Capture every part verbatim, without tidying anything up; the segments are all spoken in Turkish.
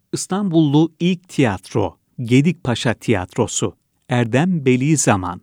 İstanbullu ilk tiyatro, Gedikpaşa Tiyatrosu, Erdem Bediüzzaman.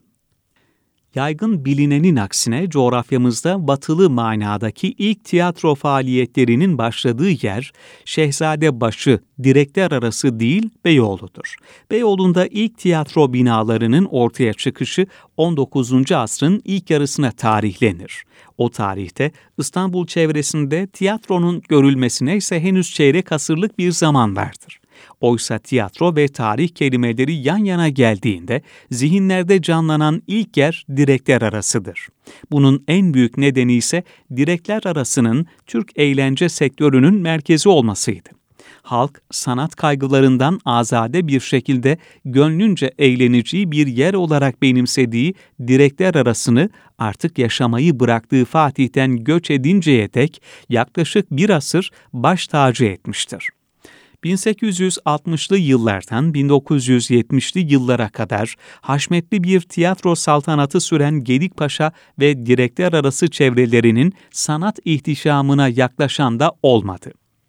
Yaygın bilinenin aksine coğrafyamızda batılı manadaki ilk tiyatro faaliyetlerinin başladığı yer, Şehzadebaşı, direkler arası değil Beyoğlu'dur. Beyoğlu'nda ilk tiyatro binalarının ortaya çıkışı on dokuzuncu asrın ilk yarısına tarihlenir. O tarihte İstanbul çevresinde tiyatronun görülmesine ise henüz çeyrek asırlık bir zaman vardır. Oysa tiyatro ve tarih kelimeleri yan yana geldiğinde zihinlerde canlanan ilk yer direkler arasıdır. Bunun en büyük nedeni ise direkler arasının Türk eğlence sektörünün merkezi olmasıydı. Halk, sanat kaygılarından azade bir şekilde gönlünce eğleneceği bir yer olarak benimsediği direkler arasını artık yaşamayı bıraktığı Fatih'ten göç edinceye dek yaklaşık bir asır baş tacı etmiştir. bin sekiz yüz altmışlı yıllardan bin dokuz yüz yetmişli yıllara kadar haşmetli bir tiyatro saltanatı süren Gedikpaşa ve direkler arası çevrelerinin sanat ihtişamına yaklaşan da olmadı.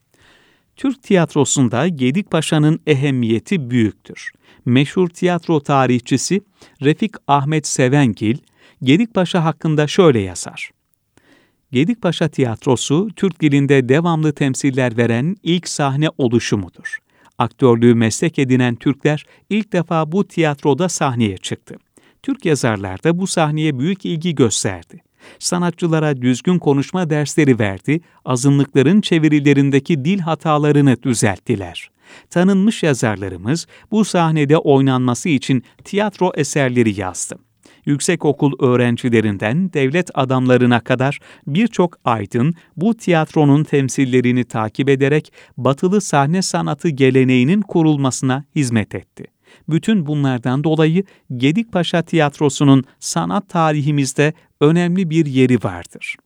Türk tiyatrosunda Gedikpaşa'nın ehemmiyeti büyüktür. Meşhur tiyatro tarihçisi Refik Ahmet Sevengil, Gedikpaşa hakkında şöyle yazar. Gedikpaşa Tiyatrosu, Türk dilinde devamlı temsiller veren ilk sahne oluşumudur. Aktörlüğü meslek edinen Türkler ilk defa bu tiyatroda sahneye çıktı. Türk yazarlar da bu sahneye büyük ilgi gösterdi. Sanatçılara düzgün konuşma dersleri verdi, azınlıkların çevirilerindeki dil hatalarını düzelttiler. Tanınmış yazarlarımız bu sahnede oynanması için tiyatro eserleri yazdı. Yüksekokul öğrencilerinden devlet adamlarına kadar birçok aydın bu tiyatronun temsillerini takip ederek batılı sahne sanatı geleneğinin kurulmasına hizmet etti. Bütün bunlardan dolayı Gedikpaşa Tiyatrosu'nun sanat tarihimizde önemli bir yeri vardır.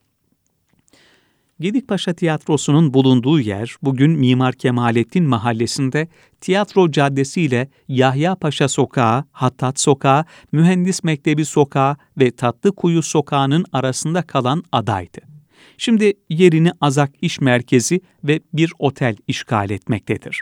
Gedikpaşa Tiyatrosu'nun bulunduğu yer bugün Mimar Kemalettin Mahallesi'nde Tiyatro Caddesi ile Yahya Paşa Sokağı, Hattat Sokağı, Mühendis Mektebi Sokağı ve Tatlıkuyu Sokağı'nın arasında kalan adaydı. Şimdi yerini Azak İş Merkezi ve bir otel işgal etmektedir.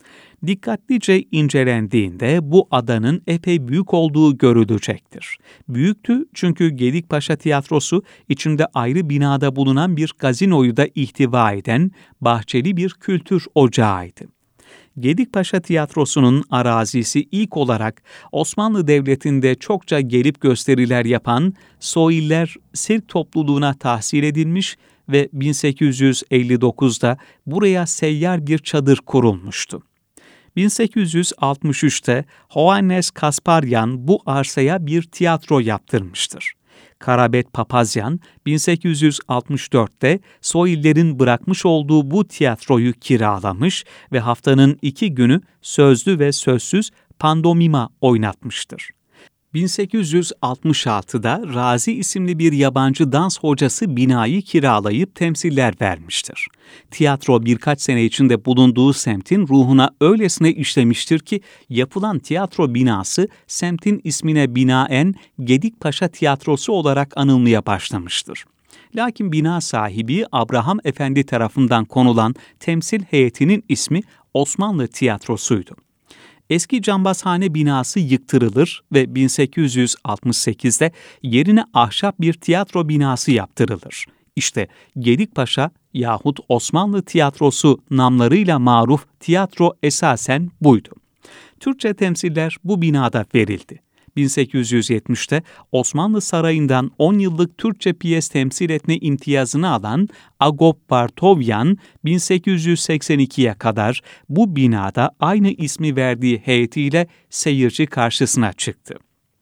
Dikkatlice incelendiğinde bu adanın epey büyük olduğu görülecektir. Büyüktü çünkü Gedikpaşa Tiyatrosu içinde ayrı binada bulunan bir gazinoyu da ihtiva eden bahçeli bir kültür ocağıydı. Gedikpaşa Tiyatrosu'nun arazisi ilk olarak Osmanlı Devleti'nde çokça gelip gösteriler yapan Soyiller Sirk topluluğuna tahsil edilmiş ve bin sekiz yüz elli dokuzda buraya seyyar bir çadır kurulmuştu. bin sekiz yüz altmış üçte Johannes Kasparyan bu arsaya bir tiyatro yaptırmıştır. Karabet Papazyan, bin sekiz yüz altmış dörtte Soyillerin bırakmış olduğu bu tiyatroyu kiralamış ve haftanın iki günü sözlü ve sözsüz pandomima oynatmıştır. bin sekiz yüz altmış altıda Razi isimli bir yabancı dans hocası binayı kiralayıp temsiller vermiştir. Tiyatro birkaç sene içinde bulunduğu semtin ruhuna öylesine işlemiştir ki yapılan tiyatro binası semtin ismine binaen Gedikpaşa Tiyatrosu olarak anılmaya başlamıştır. Lakin bina sahibi Abraham Efendi tarafından konulan temsil heyetinin ismi Osmanlı Tiyatrosu'ydu. Eski cambazhane binası yıktırılır ve bin sekiz yüz altmış sekizde yerine ahşap bir tiyatro binası yaptırılır. İşte Gedikpaşa yahut Osmanlı Tiyatrosu namlarıyla maruf tiyatro esasen buydu. Türkçe temsiller bu binada verildi. bin sekiz yüz yetmişte Osmanlı Sarayı'ndan on yıllık Türkçe piyes temsil etme imtiyazını alan Agop Bartovyan, bin sekiz yüz seksen ikiye kadar bu binada aynı ismi verdiği heyetiyle seyirci karşısına çıktı.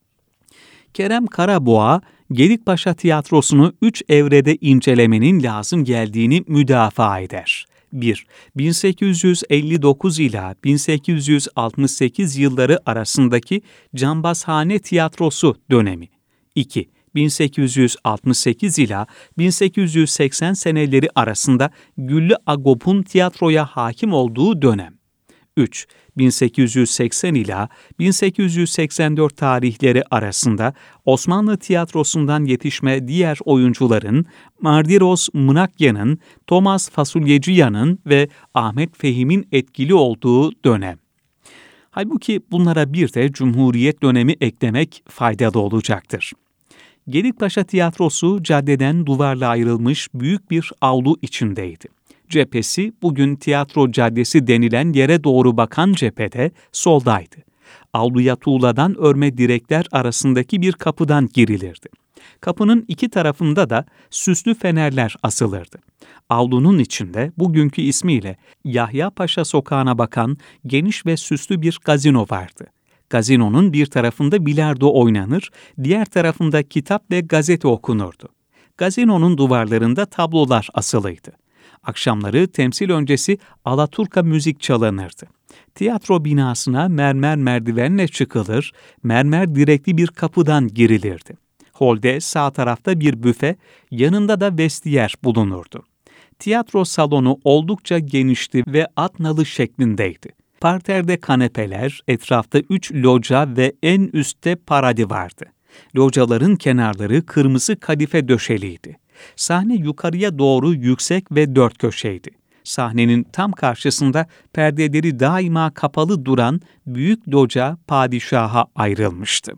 Kerem Karaboğa, Gedikpaşa Tiyatrosu'nu üç evrede incelemenin lazım geldiğini müdafaa eder. bir bin sekiz yüz elli dokuz ila bin sekiz yüz altmış sekiz yılları arasındaki Cambazhane Tiyatrosu dönemi. iki bin sekiz yüz altmış sekiz ila bin sekiz yüz seksen seneleri arasında Güllü Agop'un tiyatroya hakim olduğu dönem. üç. bin sekiz yüz seksen ila bin sekiz yüz seksen dört tarihleri arasında Osmanlı tiyatrosundan yetişme diğer oyuncuların Mardiros Mınakyan'ın, Thomas Fasulyeciyan'ın ve Ahmet Fehim'in etkili olduğu dönem. Halbuki bunlara bir de Cumhuriyet dönemi eklemek faydalı olacaktır. Gedikpaşa Tiyatrosu caddeden duvarla ayrılmış büyük bir avlu içindeydi. Cephesi bugün Tiyatro Caddesi denilen yere doğru bakan cephede soldaydı. Avluya tuğladan örme direkler arasındaki bir kapıdan girilirdi. Kapının iki tarafında da süslü fenerler asılırdı. Avlunun içinde bugünkü ismiyle Yahya Paşa Sokağı'na bakan geniş ve süslü bir gazino vardı. Gazinonun bir tarafında bilardo oynanır, diğer tarafında kitap ve gazete okunurdu. Gazinonun duvarlarında tablolar asılıydı. Akşamları temsil öncesi Alaturka müzik çalınırdı. Tiyatro binasına mermer merdivenle çıkılır, mermer direkli bir kapıdan girilirdi. Holde sağ tarafta bir büfe, yanında da vestiyer bulunurdu. Tiyatro salonu oldukça genişti ve at nalı şeklindeydi. Parterde kanepeler, etrafta üç loca ve en üstte paradi vardı. Locaların kenarları kırmızı kadife döşeliydi. Sahne yukarıya doğru yüksek ve dört köşeydi. Sahnenin tam karşısında perdeleri daima kapalı duran büyük loca padişaha ayrılmıştı.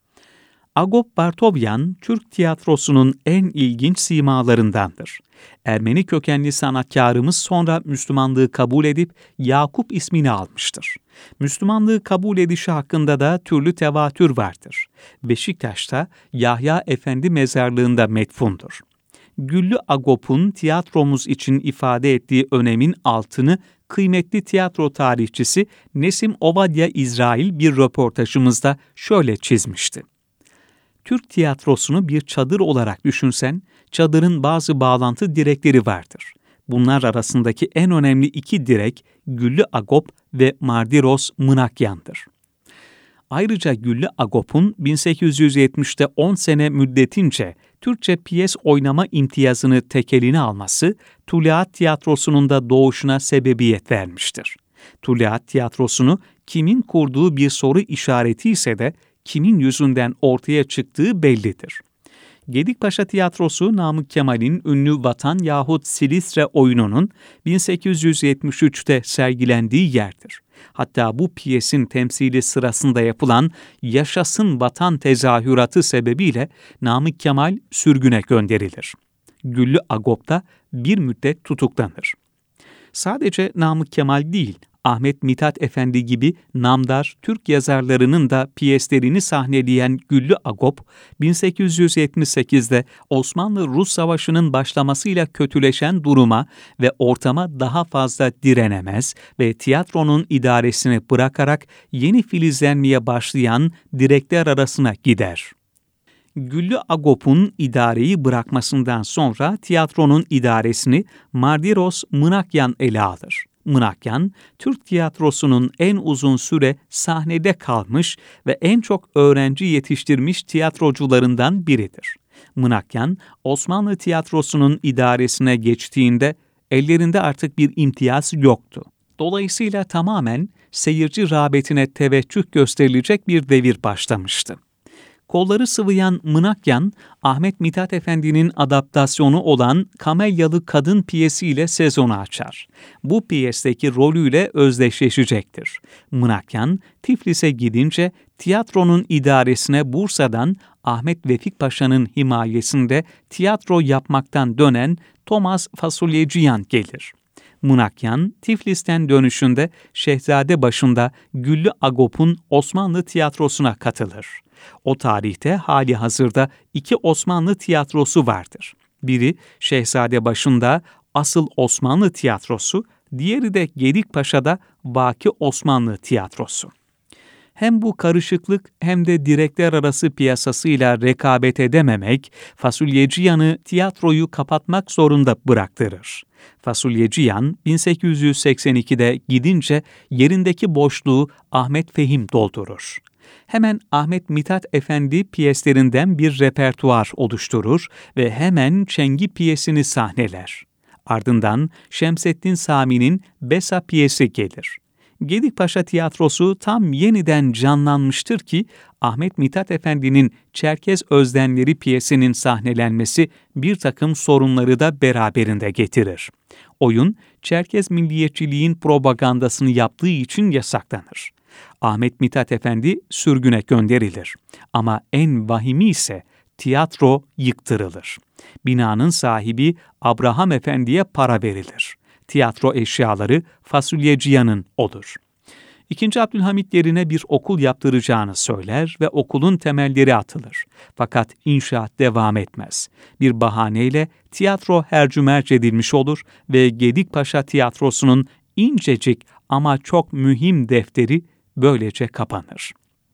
Agop Bartovyan, Türk tiyatrosunun en ilginç simalarındandır. Ermeni kökenli sanatkarımız sonra Müslümanlığı kabul edip Yakup ismini almıştır. Müslümanlığı kabul edişi hakkında da türlü tevatür vardır. Beşiktaş'ta Yahya Efendi mezarlığında metfundur. Güllü Agop'un tiyatromuz için ifade ettiği önemin altını kıymetli tiyatro tarihçisi Nesim Ovadya İsrail bir röportajımızda şöyle çizmişti. Türk tiyatrosunu bir çadır olarak düşünsen, çadırın bazı bağlantı direkleri vardır. Bunlar arasındaki en önemli iki direk Güllü Agop ve Mardiros Mınakyan'dır. Ayrıca Güllü Agop'un bin sekiz yüz yetmişte on sene müddetince Türkçe piyes oynama imtiyazını tekeline alması, Tuluat Tiyatrosu'nun da doğuşuna sebebiyet vermiştir. Tuluat Tiyatrosu'nu kimin kurduğu bir soru işareti ise de kimin yüzünden ortaya çıktığı bellidir. Gedikpaşa Tiyatrosu, Namık Kemal'in ünlü Vatan yahut Silistre oyununun bin sekiz yüz yetmiş üçte sergilendiği yerdir. Hatta bu piyesin temsili sırasında yapılan Yaşasın Vatan tezahüratı sebebiyle Namık Kemal sürgüne gönderilir. Güllü Agop da bir müddet tutuklanır. Sadece Namık Kemal değil, Ahmet Mithat Efendi gibi namdar Türk yazarlarının da piyeslerini sahneleyen Güllü Agop, bin sekiz yüz yetmiş sekizde Osmanlı-Rus Savaşı'nın başlamasıyla kötüleşen duruma ve ortama daha fazla direnemez ve tiyatronun idaresini bırakarak yeni filizlenmeye başlayan direkler arasına gider. Güllü Agop'un idareyi bırakmasından sonra tiyatronun idaresini Mardiros Mınakyan ele alır. Mınakyan, Türk tiyatrosunun en uzun süre sahnede kalmış ve en çok öğrenci yetiştirmiş tiyatrocularından biridir. Mınakyan, Osmanlı tiyatrosunun idaresine geçtiğinde ellerinde artık bir imtiyaz yoktu. Dolayısıyla tamamen seyirci rağbetine teveccüh gösterilecek bir devir başlamıştı. Kolları sıvayan Mınakyan, Ahmet Mithat Efendi'nin adaptasyonu olan Kamelyalı Kadın piyesiyle sezonu açar. Bu piyesteki rolüyle özdeşleşecektir. Mınakyan, Tiflis'e gidince tiyatronun idaresine Bursa'dan Ahmet Vefik Paşa'nın himayesinde tiyatro yapmaktan dönen Thomas Fasulyeciyan gelir. Mınakyan, Tiflis'ten dönüşünde Şehzadebaşı'nda Güllü Agop'un Osmanlı tiyatrosuna katılır. O tarihte hali hazırda iki Osmanlı tiyatrosu vardır. Biri Şehzadebaşı'nda Asıl Osmanlı Tiyatrosu, diğeri de Gedikpaşa'da Vaki Osmanlı Tiyatrosu. Hem bu karışıklık hem de direkler arası piyasasıyla rekabet edememek, Fasulyeciyan'ı tiyatroyu kapatmak zorunda bıraktırır. Fasulyeciyan, bin sekiz yüz seksen ikide gidince yerindeki boşluğu Ahmet Fehim doldurur. Hemen Ahmet Mithat Efendi piyeslerinden bir repertuar oluşturur ve hemen Çengi piyesini sahneler. Ardından Şemseddin Sami'nin Besa piyesi gelir. Gedikpaşa Tiyatrosu tam yeniden canlanmıştır ki Ahmet Mithat Efendi'nin Çerkez Özdenleri piyesinin sahnelenmesi bir takım sorunları da beraberinde getirir. Oyun, Çerkez milliyetçiliğin propagandasını yaptığı için yasaklanır. Ahmet Mithat Efendi sürgüne gönderilir. Ama en vahimi ise tiyatro yıktırılır. Binanın sahibi Abraham Efendi'ye para verilir. Tiyatro eşyaları Fasulyeciyan'ın olur. İkinci Abdülhamit yerine bir okul yaptıracağını söyler ve okulun temelleri atılır. Fakat inşaat devam etmez. Bir bahaneyle tiyatro hercümerc edilmiş olur ve Gedikpaşa Tiyatrosu'nun incecik ama çok mühim defteri böylece kapanır.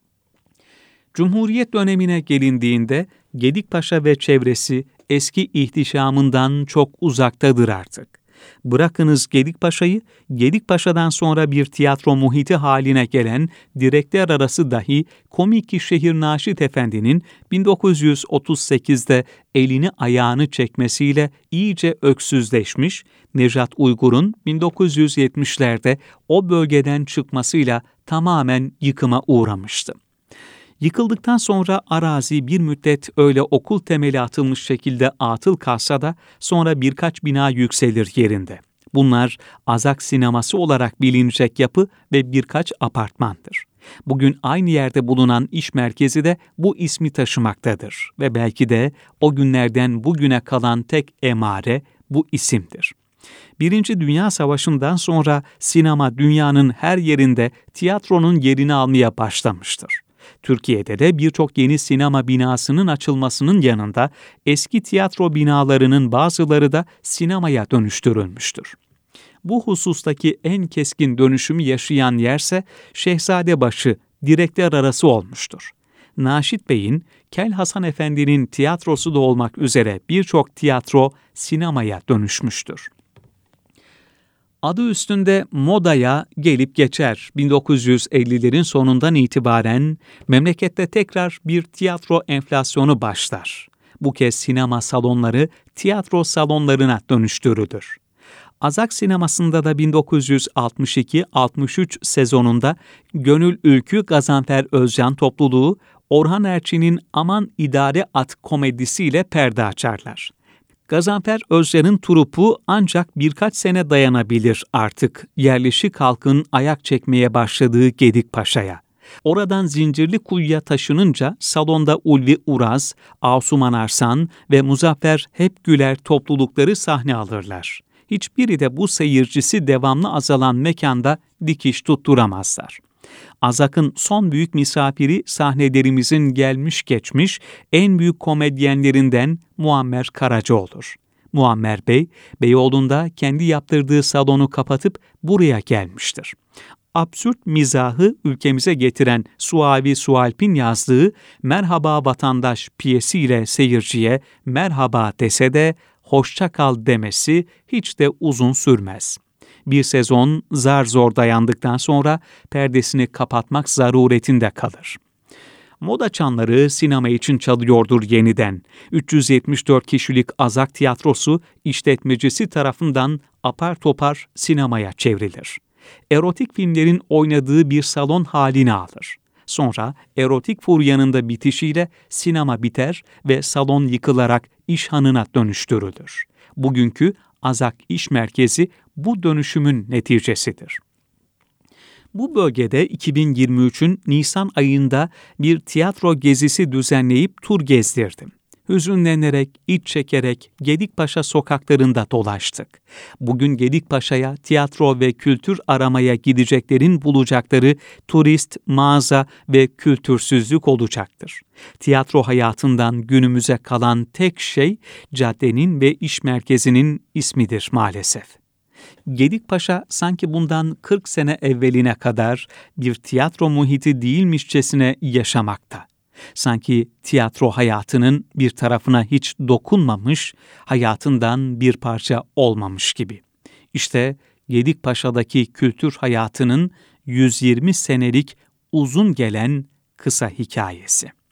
Cumhuriyet dönemine gelindiğinde Gedikpaşa ve çevresi eski ihtişamından çok uzaktadır artık. Bırakınız Gedikpaşa'yı, Gedikpaşa'dan sonra bir tiyatro muhiti haline gelen direkler arası dahi komik şehir Naşit Efendi'nin bin dokuz yüz otuz sekizde elini ayağını çekmesiyle iyice öksüzleşmiş, Nejat Uygur'un bin dokuz yüz yetmişlerde o bölgeden çıkmasıyla tamamen yıkıma uğramıştı. Yıkıldıktan sonra arazi bir müddet öyle okul temeli atılmış şekilde atıl kalsa da sonra birkaç bina yükselir yerinde. Bunlar Azak Sineması olarak bilinecek yapı ve birkaç apartmandır. Bugün aynı yerde bulunan iş merkezi de bu ismi taşımaktadır ve belki de o günlerden bugüne kalan tek emare bu isimdir. Birinci Dünya Savaşı'ndan sonra sinema dünyanın her yerinde tiyatronun yerini almaya başlamıştır. Türkiye'de de birçok yeni sinema binasının açılmasının yanında eski tiyatro binalarının bazıları da sinemaya dönüştürülmüştür. Bu husustaki en keskin dönüşümü yaşayan yerse Şehzadebaşı, direkler arası olmuştur. Naşit Bey'in, Kel Hasan Efendi'nin tiyatrosu da olmak üzere birçok tiyatro sinemaya dönüşmüştür. Adı üstünde modaya gelip geçer. bin dokuz yüz ellilerin sonundan itibaren memlekette tekrar bir tiyatro enflasyonu başlar. Bu kez sinema salonları tiyatro salonlarına dönüştürülür. Azak sinemasında da bin dokuz yüz altmış iki altmış üç sezonunda Gönül Ülkü Gazanfer Özcan topluluğu Orhan Erçin'in Aman İdare At komedisiyle perde açarlar. Gazanfer Özcan'ın trupu ancak birkaç sene dayanabilir artık yerleşik halkın ayak çekmeye başladığı Gedikpaşa'ya. Oradan Zincirlikuyu'ya taşınınca salonda Ulvi Uraz, Asuman Arslan ve Muzaffer Hepgüler toplulukları sahne alırlar. Hiçbiri de bu seyircisi devamlı azalan mekanda dikiş tutturamazlar. Azak'ın son büyük misafiri sahnelerimizin gelmiş geçmiş en büyük komedyenlerinden Muammer Karaca olur. Muammer Bey, Beyoğlu'nda kendi yaptırdığı salonu kapatıp buraya gelmiştir. Absürt mizahı ülkemize getiren Suavi Sualp'in yazdığı Merhaba Vatandaş piyesiyle seyirciye merhaba dese de hoşça kal demesi hiç de uzun sürmez. Bir sezon zar zor dayandıktan sonra perdesini kapatmak zaruretinde kalır. Moda çanları sinema için çalıyordur yeniden. üç yüz yetmiş dört kişilik Azak Tiyatrosu işletmecisi tarafından apar topar sinemaya çevrilir. Erotik filmlerin oynadığı bir salon halini alır. Sonra erotik furyanın da bitişiyle sinema biter ve salon yıkılarak işhanına dönüştürülür. Bugünkü Azak İş Merkezi bu dönüşümün neticesidir. Bu bölgede iki bin yirmi üçün Nisan ayında bir tiyatro gezisi düzenleyip tur gezdirdim. Hüzünlenerek, iç çekerek Gedikpaşa sokaklarında dolaştık. Bugün Gedikpaşa'ya tiyatro ve kültür aramaya gideceklerin bulacakları turist, mağaza ve kültürsüzlük olacaktır. Tiyatro hayatından günümüze kalan tek şey caddenin ve iş merkezinin ismidir maalesef. Gedikpaşa sanki bundan kırk sene evveline kadar bir tiyatro muhiti değilmişçesine yaşamakta. Sanki tiyatro hayatının bir tarafına hiç dokunmamış, hayatından bir parça olmamış gibi. İşte Gedikpaşa'daki kültür hayatının yüz yirmi senelik uzun gelen kısa hikayesi.